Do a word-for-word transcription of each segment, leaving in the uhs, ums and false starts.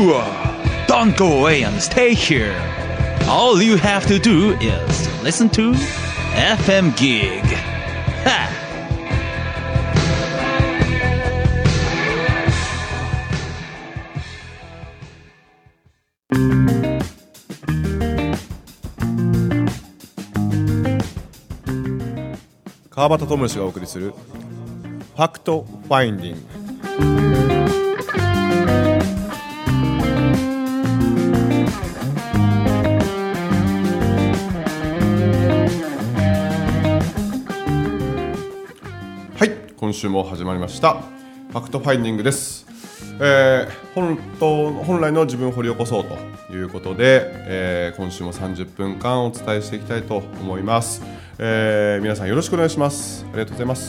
Whoa, don't go away and stay here. All you have to do is listen to エフエム Gig. Ha! 川端智之がお送りするファクトファインディング。はい、今週も始まりましたファクトファインディングです。えー、本当本来の自分を掘り起こそうということで、えー、今週もさんじゅっぷんかんお伝えしていきたいと思います。えー、皆さんよろしくお願いします。ありがとうございます。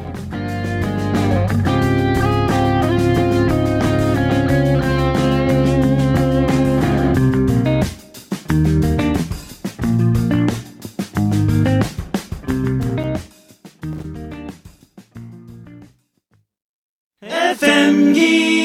エフエム Gig.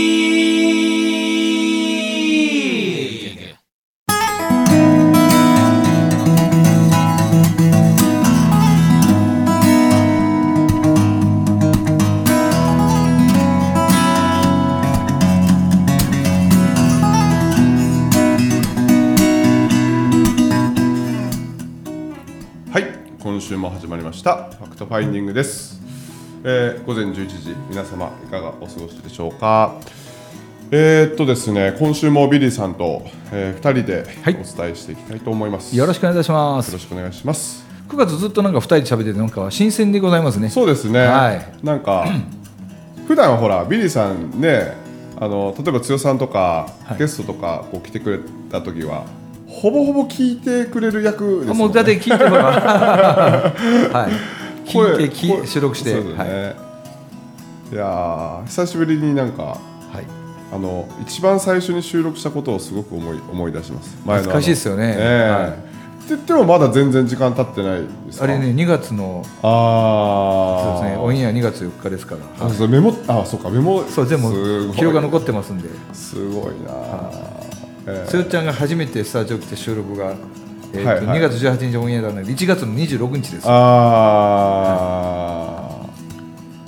はい、今週も始まりましたファクトファインディングです。えー、午前じゅういちじ、皆様いかがお過ごしでしょうか。えー、っとですね、今週もビリーさんと、えー、ふたりでお伝えしていきたいと思います、 はい、よろしくお願いいたします。 よろしくお願いします。 くがつずっとなんかふたりで喋っててなんか新鮮でございますね。 そうですね、 はい、 なんか普段はほらビリーさんね、あの例えば剛さんとか、はい、ゲストとかこう来てくれた時はほぼほぼ聞いてくれる役ですもんね。 もうだって聞いてほらはい、聞いて聞収録して、 ね、はい、いや久しぶりになんか、はい、あの一番最初に収録したことをすごく思い思い出します。 前の懐かしいですよね。 えーはい、って言ってもまだ全然時間経ってないですか。 あれねにがつのあそうですね、オンエアにがつよっかですから。 あ、そうメモあそうかメモそう全部記録が残ってますんで。 すごいな。 はい、つよちゃんが初めてスタジオ来て収録が、えーとはいはい、にがつじゅうはちにちオンエアなのでいちがつのにじゅうろくにちです。 ああ、 はい、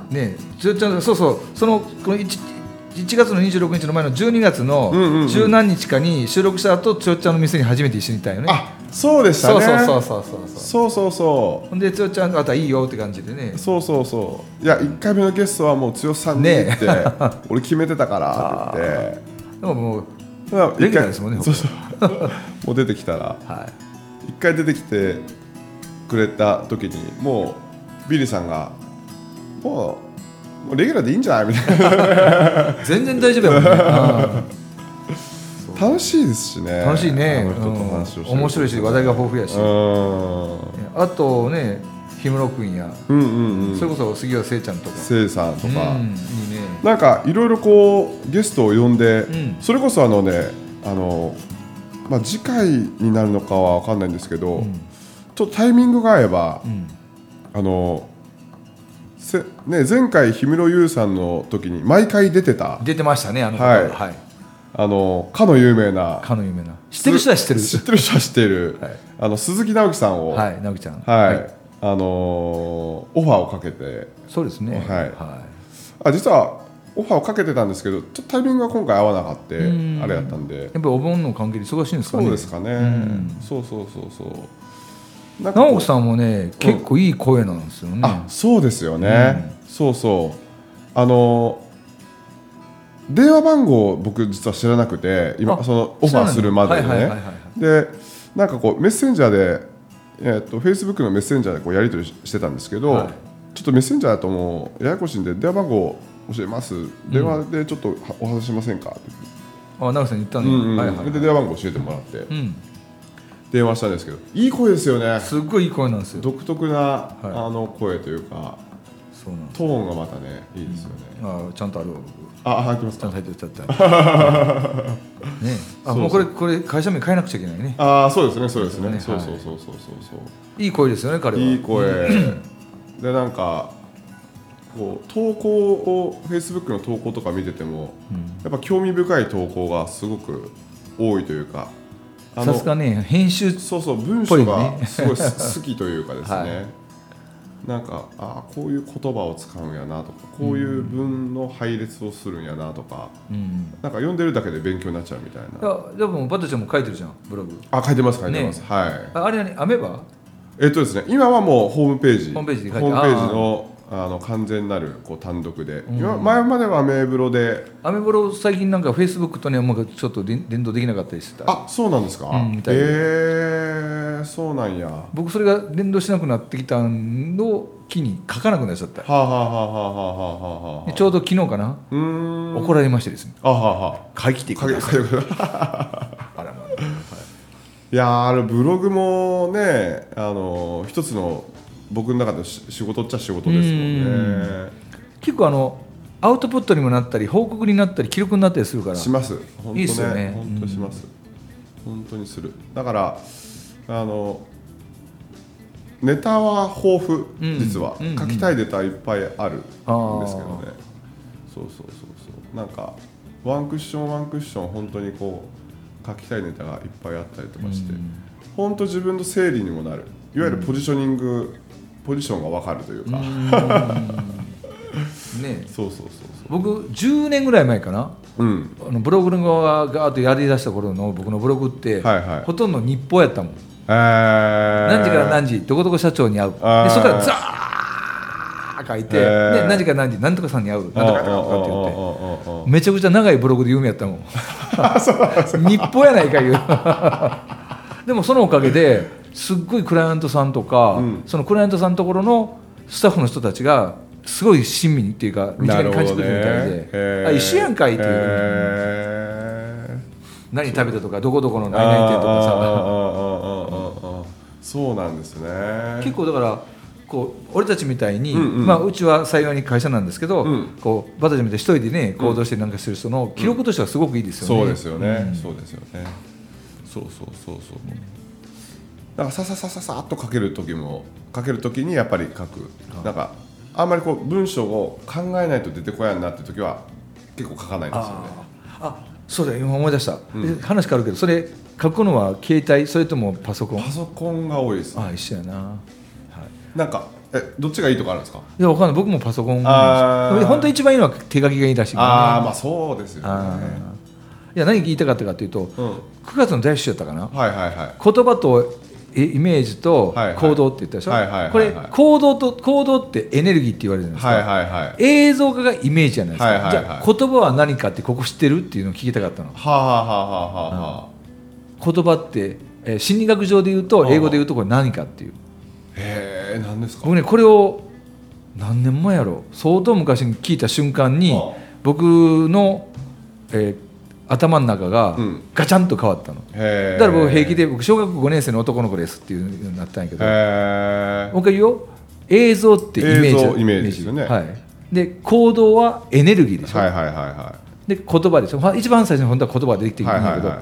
ねえつよちゃんそうそうそのこの 1, いちがつのにじゅうろくにちの前のじゅうにがつの十何日かに収録した後つよちゃんの店に初めて一緒にいたよね。 あ、そうでしたね。 そうそうそうそうそうそうそうそうほんでつよちゃんがあとはいいよって感じでね。 そうそうそう、いやいっかいめのゲストはもうつよさんにって、ね、俺決めてたからって言ってでももうレギュラーですもんね。 そうそうもう出てきたら、はい、いっかい出てきてくれた時にもうビリーさんがもう、もうレギュラーでいいんじゃないみたいな全然大丈夫やもんね。 楽しいですしね。 楽しいね、うん、面白いし話題が豊富やし、あとね氷室君や、うんうんうん、それこそ杉浦聖ちゃんとか聖さんとか、うん、いいね、 なんかいろいろこうゲストを呼んで、うん、それこそあのねあの、まあ、次回になるのかは分かんないんですけど、うん、ちょっとタイミングが合えば、うん、あのせね、前回氷室優さんの時に毎回出てた出てましたねあの、 はいはい、あのかの有名なかの有名な知ってる人は知ってる知ってる人は知っている、はい、あの鈴木直樹さんを、 はい、直樹ちゃん、 はいはい、あのオファーをかけて、 そうですね、 はいはい、あ実はオファーをかけてたんですけどちょっとタイミングが今回合わなかったあれやったんで、 やっぱりお盆の関係で忙しいんですかね。 そうですかね、うん、そうそうそうそう直樹さんもね結構いい声なんですよね、うん、 あそうですよね、うん、そうそうあの電話番号を僕実は知らなくて今そのオファーするまでにねでなんかこうメッセンジャーで、えー、と Facebook のメッセンジャーでこうやり取りしてたんですけど、はい、ちょっとメッセンジャーだともうややこしいんで電話番号教えます、うん、電話でちょっとお話しませんかって、 あ直樹さんに言ったんで、 うんうんはいはい、で電話番号教えてもらって、うん、電話したんですけどいい声ですよね。 すっごいいい声なんですよ。 独特な、はい、あの声というかそうなんトーンがまたねいいですよね、 うん、あちゃんとあるわ僕。 あ入ってますか。 ちゃんと入ってるちゃんとねあもうこれこれ会社名変えなくちゃいけないね。 あそうですねそうですね、ね、そうそうそうそうそうそういい声ですよね彼は。 いい声でなんかこう投稿を Facebook の投稿とか見てても、うん、やっぱ興味深い投稿がすごく多いというか、 さすがね編集っぽい、ね、 そうそう文章がすごい好きというかですね、はい、なんかあこういう言葉を使うんやなとか、こういう文の配列をするんやなとか、うん、なんか読んでるだけで勉強になっちゃうみたいな。 いやでもバトちゃんも書いてるじゃんブログ。 あ書いてます書いてます、ね、はい。 あれはねアメバえっとですね今はもうホームページホームページで書いてホームページのあの完全なるこう単独で、うん、今前まではアメブロでアメブロ最近なんかフェイスブックとねもうちょっと連動できなかったりしてた。 あそうなんですか、うん、みたいな。えー、そうなんや。 僕それが連動しなくなってきたのを機に書かなくなっちゃった。 はあ、はあはあはあはあはあ、 ちょうど昨日かな、うーん怒られましてですね。 あはは書きてください。あらまあ、はい、 いやあれブログもねあの一つの僕の中で仕事っちゃ仕事ですもんね。 結構あのアウトプットにもなったり報告になったり記録になったりするからします。本当ね、いいですよね。本当します、うん、本当にする。だからあのネタは豊富、うん、実は、うんうん、書きたいネタいっぱいあるんですけどね。そうそうそうそうなんかワンクッションワンクッション本当にこう書きたいネタがいっぱいあったりとかして、うん、本当自分の整理にもなる。いわゆるポジショニング、うんポジションが分かるというか、うんね、そうそうそうそう。 僕じゅうねんぐらい前かな、うん、あのブログがガーッとやりだした頃の僕のブログって、はいはい、ほとんど日報やったもん、えー、何時から何時どこどこ社長に会うでそこからザー書いて、えー、で何時から何時何とかさんに会う何とかとかって言ってめちゃくちゃ長いブログで読みやったもん日報やないかいうでもそのおかげですっごいクライアントさんとか、うん、そのクライアントさんのところのスタッフの人たちがすごい親身にっていうか身近に感じてるみたいで、あ一緒やんかいっていう、何食べたとかどこどこの何々店とかさそうなんですね。 結構だからこう俺たちみたいに、うんうん、まあ、うちは幸いに会社なんですけど、うん、こうバタちゃんみたいに一人でね行動してなんかする人の記録としてはすごくいいですよね、 うん、そうですよね、うん、そうですよね。そうそうそうそうだからさささささっと書ける時も書ける時にやっぱり書く。なんかあんまりこう文章を考えないと出てこやんなって時は結構書かないんですよね。 ああそうだ今思い出した、うん、話変わるけどそれ書くのは携帯それともパソコン？ パソコンが多いです、ね、 あ一緒やな、はい、 なんかえどっちがいいとかあるんですか？ いや分かんない僕もパソコン本当に一番いいのは手書きがいいらしい、ね、 ああまあそうですよね。 いや何言いたかったかというと、うん、くがつの大集やったかな、 はいはいはい、 言葉とイメージと行動って言ったでしょ、はいはい、これ行動と行動ってエネルギーって言われるじゃないですか、はいはいはい、映像化がイメージじゃないですか、はいはいはい、じゃあ言葉は何かってここ知ってるっていうのを聞きたかったの。はあはあはあはあ、言葉って、えー、心理学上で言うと英語で言うとこれ何かっていう。 へえ何ですか？ 僕ねこれを何年前やろ相当昔に聞いた瞬間に僕の、えー頭の中がガチャンと変わったの、うん、だから僕平気で僕小学校ごねん生の男の子ですっていうようになったんやけどもう一回言うよ映像ってイメージ、 映像イメージですよね、 はい、で行動はエネルギーでしょ、 はいはいはいはい、 で言葉でしょ一番最初に本当は言葉が出てきてくるんだけど、はいはいはい、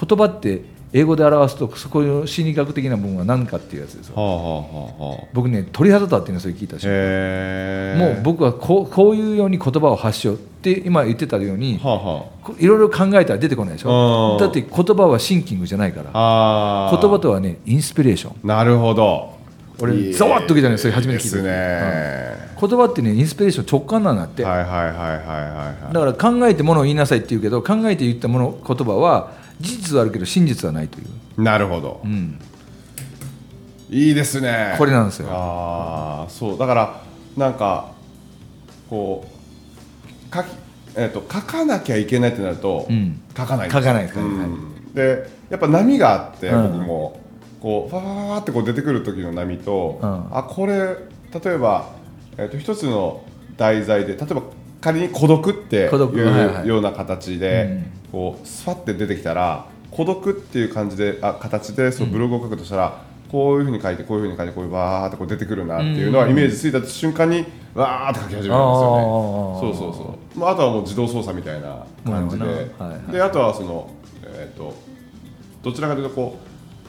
言葉って英語で表すとそこの心理学的な部分は何かっていうやつですよ、はあはあはあ、僕ね鳥肌立っていうのそれ聞いたしもう僕はこう、こういうように言葉を発しようって今言ってたように、はあはあ、いろいろ考えたら出てこないでしょ。だって言葉はシンキングじゃないからあ言葉とはねインスピレーション。 なるほど俺ざわっときたねそれ初めて聞いた、 ねうん、言葉ってねインスピレーション直感なんだって、はいはいはいはいはい、だから考えてものを言いなさいって言うけど考えて言ったもの言葉は事実はあるけど真実はないという。 なるほど、うん、いいですねこれなんですよ。 あそうだからなんかこう書き、えー、と書かなきゃいけないってなると、うん、書かない書かないですから、ねうん、でやっぱ波があって、うん、僕もこうファファファってこう出てくる時の波と、うん、あこれ例えば、えー、と一つの題材で例えば仮に孤独っていうような形でこうスパッて出てきたら孤独っていう感じであ形でそのブログを書くとしたら、うん、こういうふうに書いてこういうふうに書いてこういうバーってこう出てくるなっていうのはイメージついた瞬間にわーって書き始めるんですよね。そうそうそう、まあ、あとはもう自動操作みたいな感じで、はいはい、であとはその、えー、とどちらかというとこう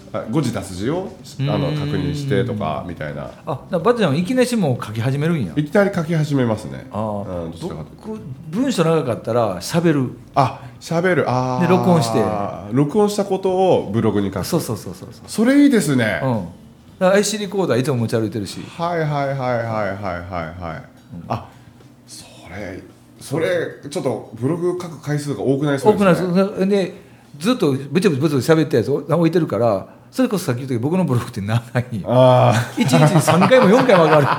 誤字脱字をあの確認してとかみたいな。 あ、だバッちゃんいきなりも書き始めるんや。 いきなり書き始めますね。 あ、うん、どちらかというと文章長かったら喋る。 あ、喋る。あで録音して録音したことをブログに書く。 そうそうそうそう。 それいいですね。 うん。だから アイシー リコーダーいつも持ち歩いてるし。 はいはいはいはいはいはいはい。うん、あ、それそれちょっとブログ書く回数が多くなりそうですね。 多くなりそう。でずっとブツブツブツ喋ったやつ置いてるから、それこそさっき言ったけど僕のブログって長い。ああ。いちにちにさんかいもよんかいも上がるから。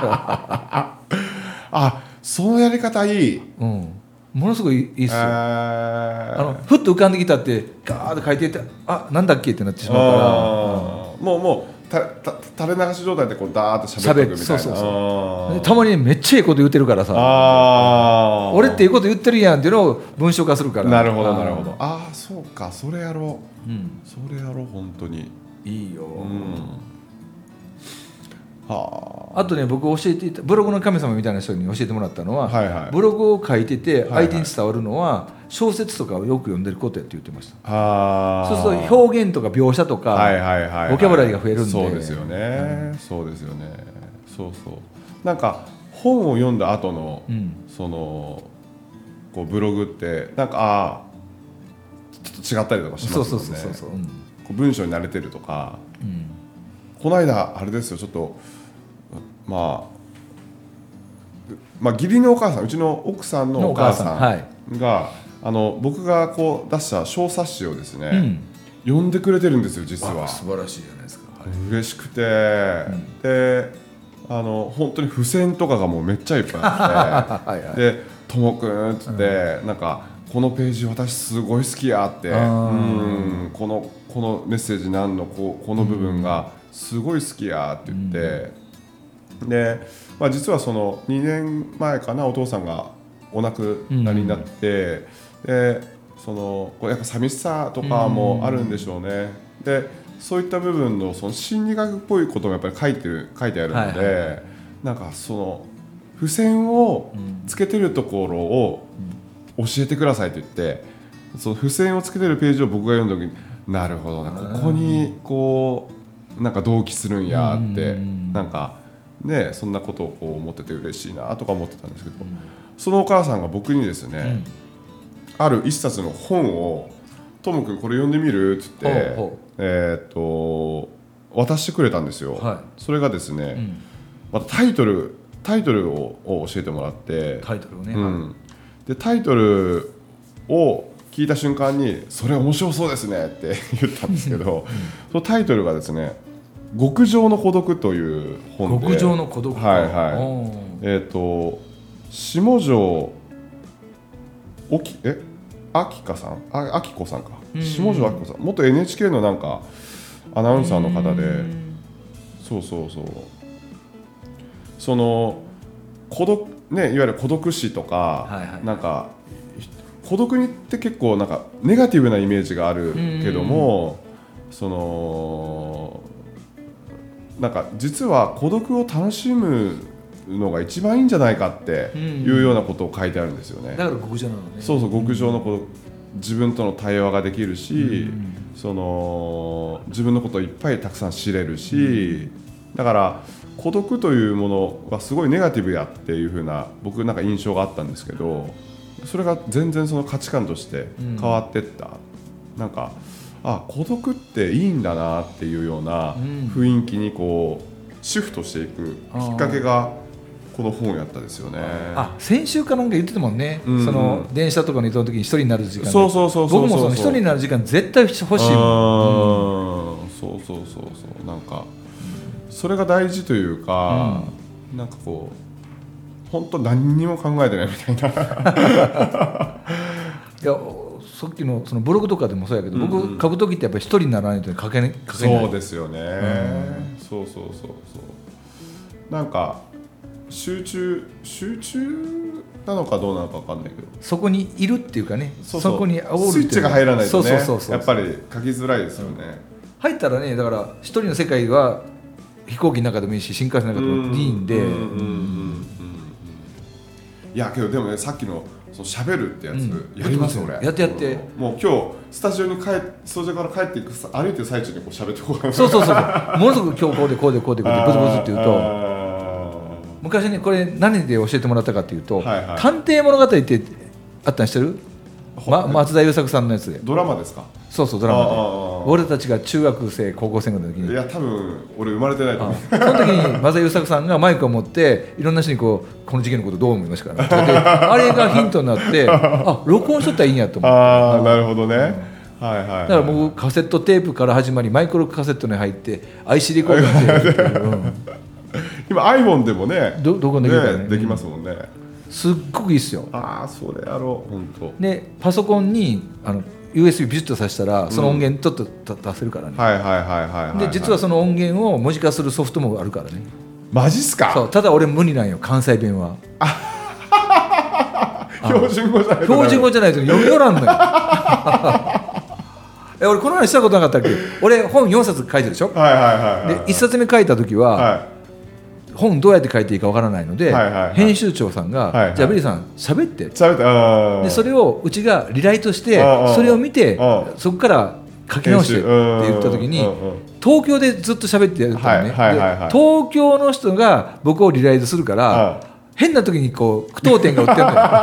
あ、そのやり方いい。 うん。ものすごいいいっすよ。あのふっと浮かんできたってガーッと書いていって、あ、なんだっけってなってしまうから。 もうもうたた垂れ流し状態でこうダーッと喋っていくみたいな。そうそうそう。 たまにめっちゃいいこと言ってるからさ。あ、俺っていいこと言ってるやんっていうのを文章化するから。 なるほどなるほど。ああ、そうか、それやろう。うん、それやろう本当に。 いいよ。うん、 はあ。あとね、僕教えていたブログの神様みたいな人に教えてもらったのは、はいはい、ブログを書いてて相手に伝わるのは小説とかをよく読んでることやって言ってました。あ、そうすると表現とか描写とか、はいはいはいはい、ボキャブラリーが増えるんで。 そうですよね、うん、そうですよね。そうそう。なんか本を読んだ後の、うん、そのこうブログってなんかあちょっと違ったりとかしますよね。そうそうそうそう、うん、こう文章に慣れてるとか、うん、この間あれですよ、ちょっとまあまあ義理のお母さん、うちの奥さんのお母さんが、はい、あの僕がこう出した小冊子をですね、うん、読んでくれてるんですよ実は。 素晴らしいじゃないですか。 はい、嬉しくて、うん、であの本当に付箋とかがもうめっちゃいっぱいあってはい、はい、でともくんっつって、うん、なんかこのページ私すごい好きやって、うん、このこのメッセージなんのここの部分がすごい好きやって言って、うん、で、まあ、実はそのにねんまえかな、お父さんがお亡くなりになって、うん、でそのやっぱ寂しさとかもあるんでしょうね。でそういった部分 の, その心理学っぽいこともやっぱり書いてる書いてあるので、はいはい、なんかその付箋をつけてるところを教えてくださいと言って、その付箋をつけてるページを僕が読んだ時に、なるほどな、ここにこうなんか同期するんやって、なんかね、そんなことをこう思ってて嬉しいなとか思ってたんですけど、そのお母さんが僕にですね、ある一冊の本をトム君これ読んでみるっつって、ほうほう、えー、と渡してくれたんですよ、はい、それがですね、うん、またタイトルタイトル を, を教えてもらって、 タイトルをね、 うん、でタイトルを聞いた瞬間にそれ面白そうですねって言ったんですけど、うん、そのタイトルがですね、極上の孤独という本で、 極上の孤独、 はいはい、えっ、ー、と下條おきえあきかさんああきこさんか、下條あきこさん、元 エヌエイチケー のなんかアナウンサーの方で、そうそうそう、その孤独ね、いわゆる孤独死とか、はいはい、なんか孤独にって結構なんかネガティブなイメージがあるけども、そのなんか実は孤独を楽しむのが一番いいんじゃないかっていうようなことを書いてあるんですよね。 だから極上なのね。 そうそう、極上の孤独、自分との対話ができるし、その自分のことをいっぱいたくさん知れるし、だから孤独というものはすごいネガティブやっていう風な僕なんか印象があったんですけど、それが全然その価値観として変わってった、うん、なんかあ孤独っていいんだなっていうような雰囲気にこうシフトしていくきっかけがこの本やったですよね。 あ、先週かなんか言ってたもんね、うんうん、その電車とかに乗った時に一人になる時間、 そうそうそうそう、 僕もその一人になる時間絶対欲しいもん、うん、 そうそうそうそう、なんかそれが大事というか、うん、なんかこう本当何にも考えてないみたいないやさっき の, そのブログとかでもそうやけど、うんうん、僕書く時ってやっぱり一人にならないと書けない。 そうですよね、うん、そうそうそうそう、なんか集中集中なのかどうなのか分かんないけど、 そこにいるっていうかね、 そうそう、 そこに煽るっていう、 スイッチが入らないとね、やっぱり書きづらいですよね、うん、 入ったらね、だから一人の世界は飛行機の中でもいいし新幹線の中でもいいんで、 いやけどでもねさっきのその喋るってやつ、うん、やります俺やってやってもう今日スタジオに帰掃除から帰っていく歩いてる最中にこう喋ってこうかなそうそうそうものすごく今日こうでこうでこうでこうでブツブツって言うと昔ねこれ何で教えてもらったかっていうと、はいはい、探偵物語ってあったんしてる、ま、松田優作さんのやつでドラマですかそうそうドラマで俺たちが中学生高校生ぐらいの時にいや多分俺生まれてないと思うその時に松田優作さんがマイクを持っていろんな人にこうこの事件のことどう思いますかねあれがヒントになってあ録音しとったらいいんやと思ってああなるほどね、うんはいはいはい、 だから僕カセットテープから始まりマイクロカセットに入って アイシー レコーダーっていう、うん、 今 iPhone でもねど, どこできるかね、 ねできますもんね、 うん、すっごくいいっすよああそれやろう本当でパソコンにあの ユーエスビー ビシッとさせたらその音源ちょっと出せるからね、 うん、はいはいはいはい、はい、 で実はその音源を文字化するソフトもあるからねマジっすかそうただ俺無理なんよ関西弁は標準語じゃないと標準語じゃないと読み寄らんのよえ俺この話したことなかったっけ俺本よんさつ書いてるでしょはいはいはい、はい、 でいっさつめ書いた時は、はい、本どうやって書いていいかわからないので、はいはいはい、編集長さんが、はいはい、じゃあベリーさん喋って喋ってあでそれをうちがリライトしてそれを見てそこから書き直してって言った時に東京でずっと喋ってやるからね、はいはいはいはい、東京の人が僕をリライトするから変な時にこう句読点が売ってる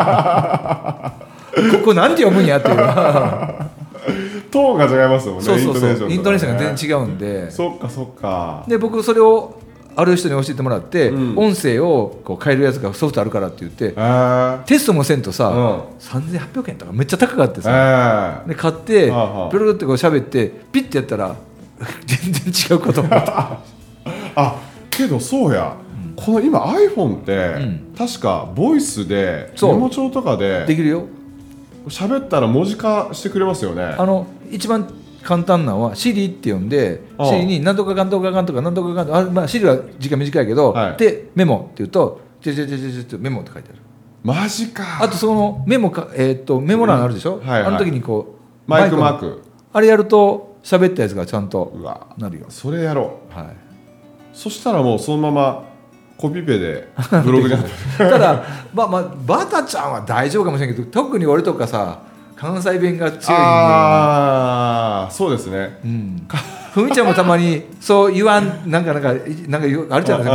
のよここなんて読むんやっていうトーンが違いますもんねそうそうそうイントネーションが全然違うんでそっかそっかで僕それをある人に教えてもらって、うん、音声をこう変えるやつがソフトあるからって言って、えー、テストもせんとさ、うん、さんぜんはっぴゃくえんとかめっちゃ高かってさ、えー、で買ってペロロってこう喋ってピッてやったら全然違うこと思ったあけどそうや、うん、この今 iPhone って、うん、確かボイスでメモ帳とかでできるよ喋ったら文字化してくれますよねあの一番簡単なのは Siri って呼んで Siri に何とかかんとかかんとか何とかかんとかあ、まあ、Siri は時間短いけど、はい、でメモって言うとチェチェチェチェチェメモって書いてあるマジかあとそのメモか、えー、とメモ欄あるでしょ、うんはいはい、あの時にこうマイクマークあれやると喋ったやつがちゃんとなるよそれやろう、はい、そしたらもうそのままコピペでブログにただ、まあまあ、バタちゃんは大丈夫かもしれないけど特に俺とかさ関西弁が強いんでああそうですね、 うん、ふみちゃんもたまにそう言わんなんかなんかなんかあるじゃないですか名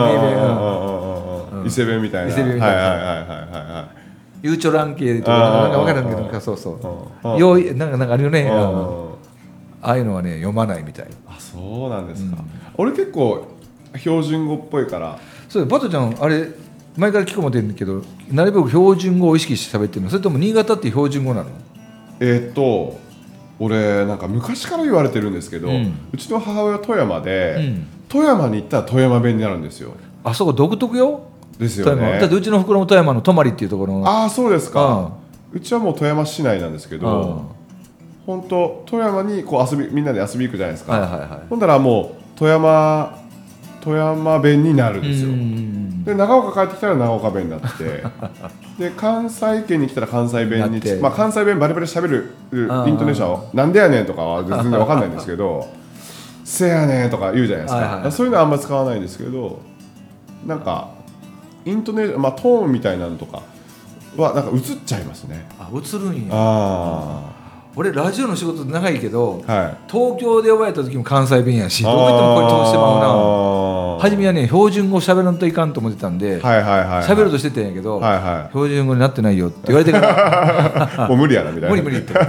弁伊勢弁みたいな伊勢弁みたいなはいはいはいはいゆうちょらん系とかなんか分からんけどそうそうよいなんかなんかあるよねああいうのはね読まないみたいあそうなんですか、うん、俺結構標準語っぽいからそうバタちゃんあれ前から聞くもてるんだけどなるべく標準語を意識して喋ってるのそれとも新潟って標準語なのえー、っと俺なんか昔から言われてるんですけど、うん、うちの母親富山で、うん、富山に行ったら富山弁になるんですよあそこ独特よですよねだってうちの袋も富山の泊っていうところのああそうですかうちはもう富山市内なんですけど本当富山にこう遊びみんなで遊び行くじゃないですか、はいはいはい、ほんだらもう富山富山弁になるんですよで長岡帰ってきたら長岡弁になってで関西圏に来たら関西弁に、まあ、関西弁バリバリ喋るイントネーションをなんでやねんとかは全然分かんないんですけどせやねんとか言うじゃないですか、はいはいはい、そういうのはあんま使わないんですけどなんかイントネーション、まあ、トーンみたいなのとかはなんか映っちゃいますねあ映るんやあ俺ラジオの仕事長いけど、はい、東京で呼ばれた時も関西弁やしどう言ってもこれ通してまうな初めはね標準語喋らんといかんと思ってたんで喋、はいはいはいはい、ろうとしてたんやけど、はいはい、標準語になってないよって言われてからもう無理やなみたいな無理無理って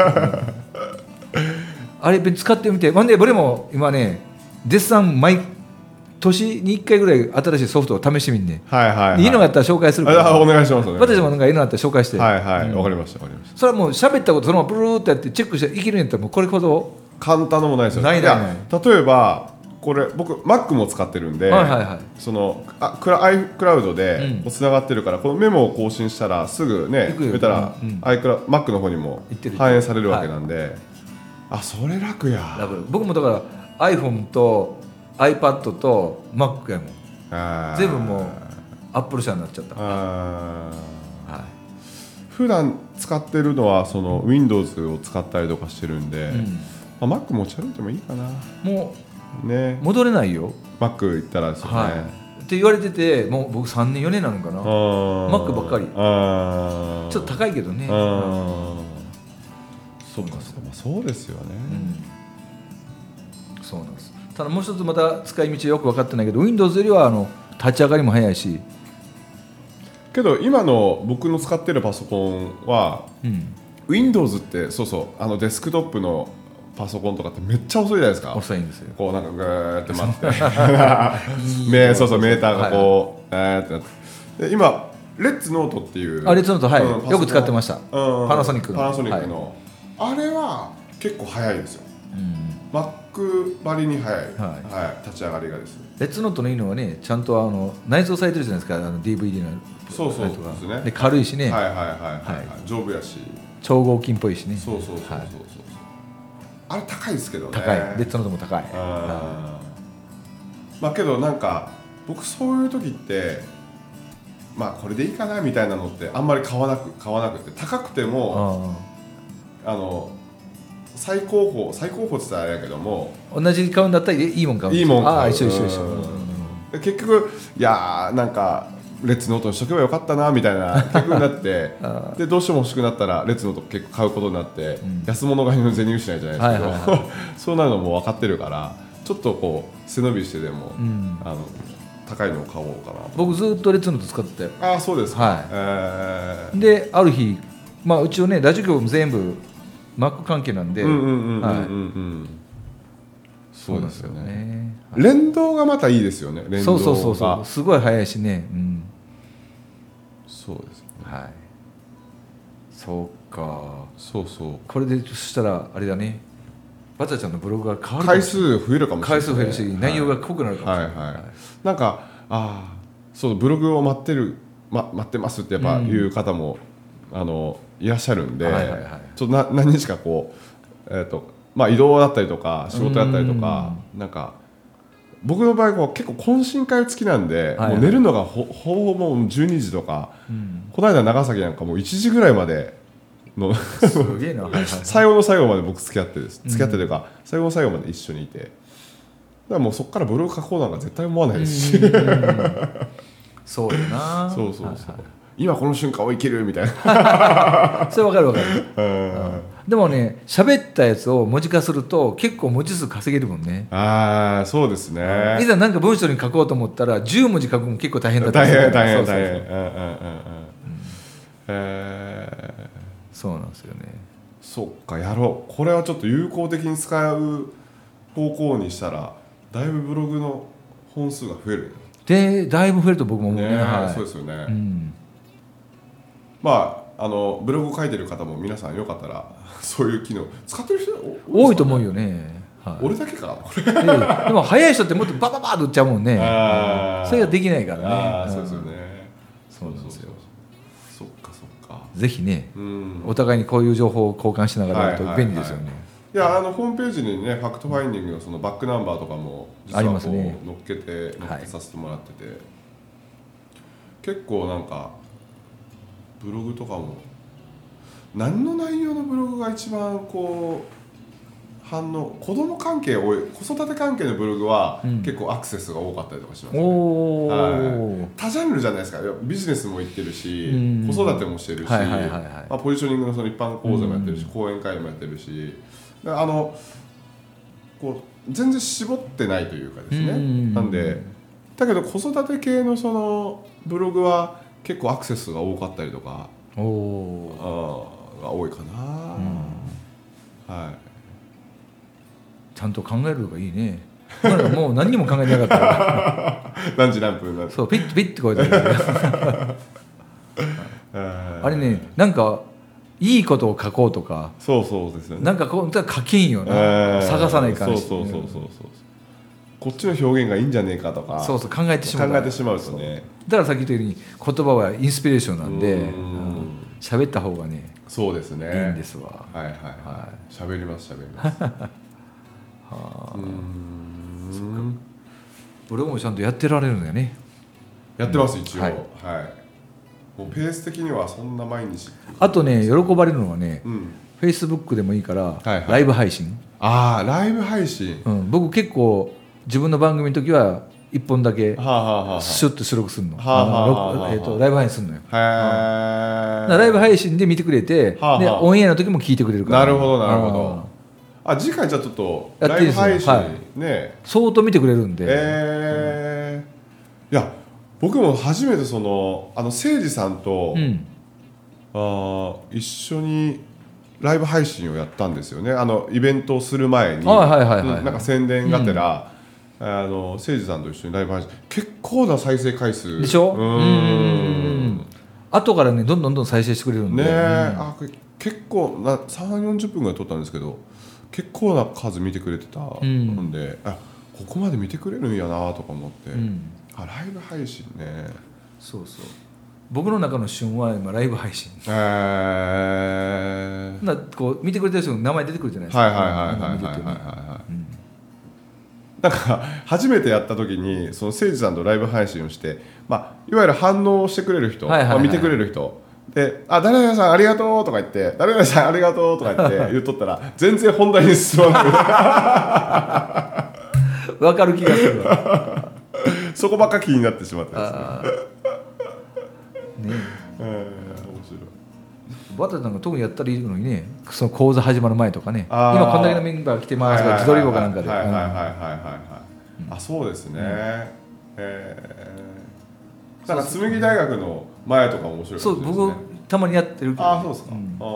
あれ使ってみてほんで俺も今ね絶賛毎年にいっかいぐらい新しいソフトを試してみんね、はいはいはい、いいのがあったら紹介するからあお願いします、ね、 私もなんかいいのがあったら紹介してはいはいわ、うん、かりましたわかりましたそれはもう喋ったことそのままブルーってやってチェックしていけるんやったらもうこれほど簡単なもないですよねないないない例えばこれ僕 Mac も使ってるんで、はいはいはい、そのあクラ iCloud でつながってるから、うん、このメモを更新したらすぐね見たら、うん、iCloud Mac の方にも反映されるわけなんで、はい、あそれ楽や楽僕もだから iPhone とiPad と Mac やもん全部もうアップル社になっちゃったあ、はい、 普段使ってるのはその Windows を使ったりとかしてるんで、うんまあ、Mac 持ち歩いてもいいかなもう、ね、戻れないよ Mac 行ったらですよね、はい、 って言われてて、もう僕さんねんよねんなのかな、マックばっかり。あちょっと高いけどね。あそうかそうか、まあ、そうですよね、 うん、そうなんです。ただもう一つまた使い道よく分かってないけど Windows よりはあの立ち上がりも早いし、 けど今の僕の使ってるパソコンは、うん、Windows ってそうそうあのデスクトップのパソコンとかってめっちゃ遅いじゃないですか。 遅いんですよ。 こうなんかグーって待ってそうそうメーターがこう、はい、えーってなってで今レッツノートっていうあレッツノート、はい、うん、よく使ってました、うん、パナソニックのパナソニックの、はい、あれは結構早いですよ、うん、Mac ばりに早い、はいはい、立ち上がりがです。 レッツノートのいいのはね、ちゃんとあの内蔵されてるじゃないですか、あの ディーブイディー のそうそうですね。 で軽いしね、 はいはいはいはい、はい、丈夫やし超合金っぽいしね。 そうそうそうそうそう、はい、あれ高いですけどね。 高い、レッツノートも高い。 あ、まあけどなんか僕そういう時ってまあこれでいいかなみたいなのってあんまり買わなく買わなくて、高くても あ, あの最高峰最高峰って言ったらあれやけども、 同じ買うんだったらいいもん買うんですよ。 いいもん買う。 ああ一緒一緒一緒、 うん、結局いやーなんかレッツノートにしとけばよかったなみたいな結局になってでどうしても欲しくなったらレッツノート結構買うことになって、うん、安物買いの銭失いじゃないですけど、はいはいはい、そうなるのも分かってるからちょっとこう背伸びしてでも、うん、あの高いのを買おうかな。 僕ずっとレッツノート使ってたよ。 ああそうですか、はい、えー、である日、まあ、うちをねラジオ局も全部 Mac 関係なんで、 そうですよね。連動がまたいいですよね。連動がそうそうそうそうすごい早いしね、うん、 そうですね。 はい。そうか。 そうそう。 これでそしたらあれだね。バチャちゃんのブログが変わる。 回数増えるかもしれない。 回数増えるし、内容が濃くなるかもしれない。 はいはいはい。なんかああそうブログを待ってる、ま、待ってますってやっぱいう方も、うん、あのいらっしゃるんで、はいはいはい、ちょっとな何日かこうえっとまあ移動だったりとか仕事だったりとか、うん、なんか。僕の場合は結構懇親会付きなんで、はいはい、もう寝るのがほほぼもうじゅうにじとか、うん、この間長崎なんかもういちじぐらいまでのすげえな最後の最後まで僕付き合ってです付き合ってというか、うん、最後の最後まで一緒にいてだからもうそこからブログ書こうなんか絶対思わないですし、うん、 そうよなそうそうそう、はいはい、今この瞬間を生きるみたいなそれ分かる分かる、うんでもね喋ったやつを文字化すると結構文字数稼げるもんね。 ああそうですね。 いざなんか文章に書こうと思ったらじゅうもじ書くのも結構大変だったりする。 大変大変大変。えそうなんですよね。 そっかやろう。これはちょっと有効的に使う方向にしたらだいぶブログの本数が増える。 でだいぶ増えると僕も思うね。 ね、 はい、 そうですよね。うん、まああのブログを書いてる方も皆さんよかったらそういう機能使ってる人多いと思うよね、 はい、俺だけかで, でも早い人ってもっとバババーと打っちゃうもんね。それができないからね。 あそうですよね。 そうなんですよ。 そっかそっか。 ぜひね、うん、お互いにこういう情報を交換しながらやると便利ですよね。 いやあのホームページにねファクトファインディングのそのバックナンバーとかも実はこう載っけて載っけさせてもらってて、はい、結構なんかブログとかも何の内容のブログが一番こう反応子供関係多い子育て関係のブログは結構アクセスが多かったりとかしますね、うん、はい、多ジャンルじゃないですか。ビジネスも行ってるし、うん、子育てもしてるし、はいはいはいはい、まあ、ポジショニングのその一般講座もやってるし、うん、講演会もやってるしあのこう全然絞ってないというかですね、うん、なんでだけど子育て系のそのブログは結構アクセスが多かったりとかおあが多いかな、うん、はい。 ちゃんと考えるのがいいね。もう何にも考えてなかったから何時何分なんそうピッピッてこうやってあれねなんかいいことを書こうとかそうそうですよね。 なんかこう書けんよな、えー、探さない感じ。 そうそうそうそうそうこっちの表現がいいんじゃねえかとかそうそう考えてしまう考えてしまうとね。 だからさっき言ったように言葉はインスピレーションなんで喋、うん、った方がねそうですねいいんですわ。 はいはいはい喋、はい、ります喋りますはあ、うーんブログもちゃんとやってられるんだよね。 やってます一応、はい、はい、もうペース的にはそんな毎日あとね喜ばれるのはね、うん、Facebook でもいいから、はいはい、ライブ配信。 ああライブ配信、 うん、僕結構自分の番組の時はいっぽんだけシュッと収録するの、えーとライブ配信するのよ。へー、ライブ配信で見てくれて、はあはあ、でオンエアの時も聞いてくれるから。 なるほどなるほど。あ、次回じゃあちょっとライブ配信、はい、ね、 相当見てくれるんで、 えー、いや僕も初めてそのあの誠司さんと、うん、あ一緒にライブ配信をやったんですよね。あのイベントをする前になんか宣伝がてら、うん、あの誠司さんと一緒にライブ配信、結構な再生回数でしょ。うんうん、後からねどんどんどん再生してくれるんで、ね、うん、 あ結構なさんじゅう、よんじゅっぷんぐらい撮ったんですけど結構な数見てくれてたので、うん、あここまで見てくれるんやなとか思って、うん、あライブ配信ね。 そうそう、僕の中の旬は今ライブ配信、えー、なこう見てくれてる人の名前出てくるじゃないですか。 はいはいはいはいはいはいはい、うん、なんか初めてやった時にその誠司さんとライブ配信をして、まあ、いわゆる反応してくれる人、はいはいはいはい、まあ、見てくれる人で、あ、誰々さんありがとうとか言って、誰々さんありがとうとか言って言っとったら全然本題に進まないわかる気がするわそこばっか気になってしまってですね。ねえー、面白い。 バタなんか特にやったらいいのにね、その講座始まる前とかね、今こんだけのメンバー来てますが自撮り棒かなんかで、はいはいはいはいはいはい、 あ、そうですね、うん、えー、なんか紬大学の前とか面白いですね。 そう、僕たまにやってるけど、ね、 あ、そうですか、うん、あ、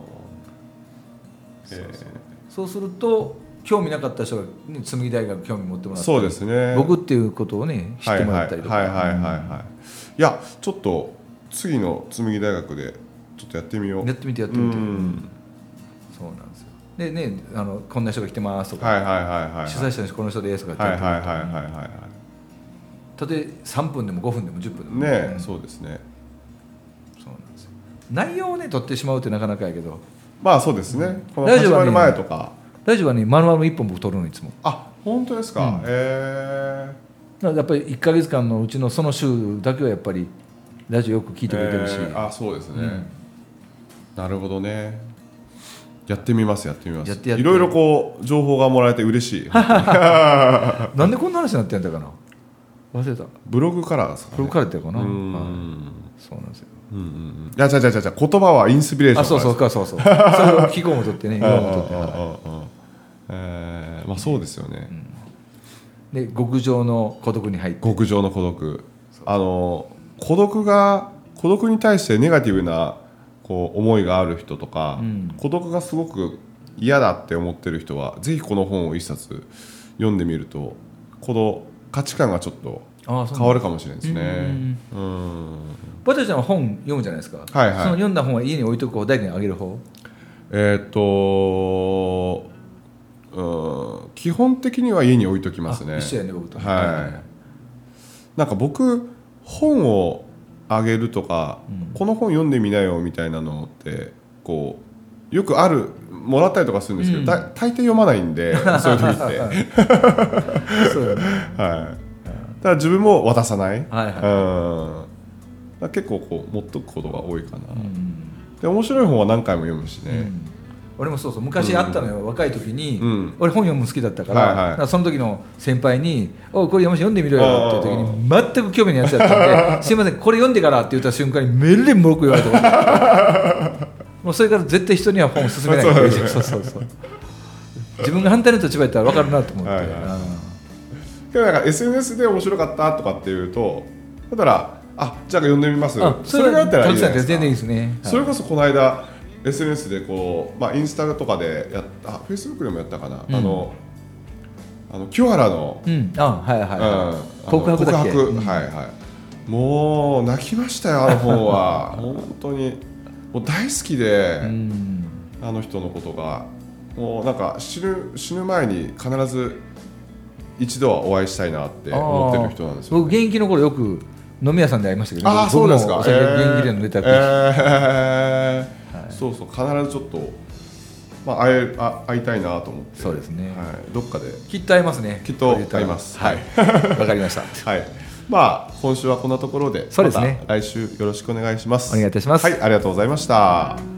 えー、そうそう、そうすると興味なかった人が、ね、紬大学興味持ってもらったり、 そうですね、 僕っていうことをね知ってもらったりとか、 はいはいはいはいはい、はい、いやちょっと次の紬大学でちょっとやってみよう。 やってみてやってみて、うん、そうなんですよ。でね、あのこんな人が来てますとか、 はいはいはいはい、 主催者の人この人ですとかはいはいはいはいはいはい、 たとえさんぷんでもごふんでもじゅっぷんでもね、うん、そうですね。 そうなんですよ。内容をね取ってしまうってなかなかやけど、 まあそうですね、うん、この始まる前とかラジオはね、丸々いっぽん僕撮るのいつも。 あ、本当ですか、うん、えー、やっぱりいっかげつかんのうちのその週だけはやっぱりラジオよく聞いてくれてるし、 えー、あ、そうですね、うん、なるほどね。やってみますやってみます。やってやっていろいろこう情報がもらえて嬉しいなんでこんな話になってんだかな、忘れた。ブログからですかね。ブログからっていうかな、うん、そうなんですよ。 うんうんうん、いやじゃじゃじゃじゃ言葉はインスピレーション。 あ、そうそうそうそうそうそれを記号も取ってね、記号も取って、 えー、まあそうですよね、 うん、で極上の孤独に入って、 極上の孤独、あの孤独が孤独に対してネガティブなこう思いがある人とか、うん、孤独がすごく嫌だって思ってる人はぜひこの本を一冊読んでみるとこの価値観がちょっと変わるかもしれないですね。うん、 バタちゃんは本読むじゃないですか、はいはい、その読んだ本は家に置いとく方、誰にあげる方？ えー、っと、うん、基本的には家に置いときますね。 一緒やね僕と、 はい、なんか僕本をあげるとか、うん、この本読んでみなよみたいなのってこうよくあるもらったりとかするんですけど、うん、大抵読まないんでそういう時ってそうよね、はい、だから自分も渡さない、はいはい、うん、だ結構こう持っとくことが多いかな、うん、で面白い本は何回も読むしね、うん、 俺もそうそう昔あったのよ、うん、若い時に、うん、俺本読むの好きだったから、はいはい、だからその時の先輩におこれ読んでみろよっていう時に全く興味ないやつだったんですいませんこれ読んでからって言った瞬間にめっれんもろく言われてもうそれから絶対人には本を勧めないそうそうそうそう自分が反対の立場やったら分かるなと思って、はいはい、 でもなんか エスエヌエス で面白かったとかっていうとだからあじゃあ読んでみます。それがあったらいいじゃないですか。全然いいですね、はい、それこそこの間 エスエヌエス でこう、まあ、インスタとかでやったあ Facebook でもやったかな、うん、あのあの清原の、うん、あはいはい、うん、告白だっけ、告白、うん、はいはいもう泣きましたよあの本は本当にもう大好きで、うん、あの人のことがもうなんか死ぬ死ぬ前に必ず一度はお会いしたいなって思ってる人なんですよ、ね、僕現役の頃よく飲み屋さんで会いましたけど、あそうですか、僕も現役で飲んでたり、えーはい、そうそう必ずちょっと、まあ、会えあ会いたいなと思ってそうですね、はい、どっかできっと会いますねきっと会いますはいわかりましたはいまあ今週はこんなところでそうですね、また来週よろしくお願いします。お願いいたします。はいありがとうございました。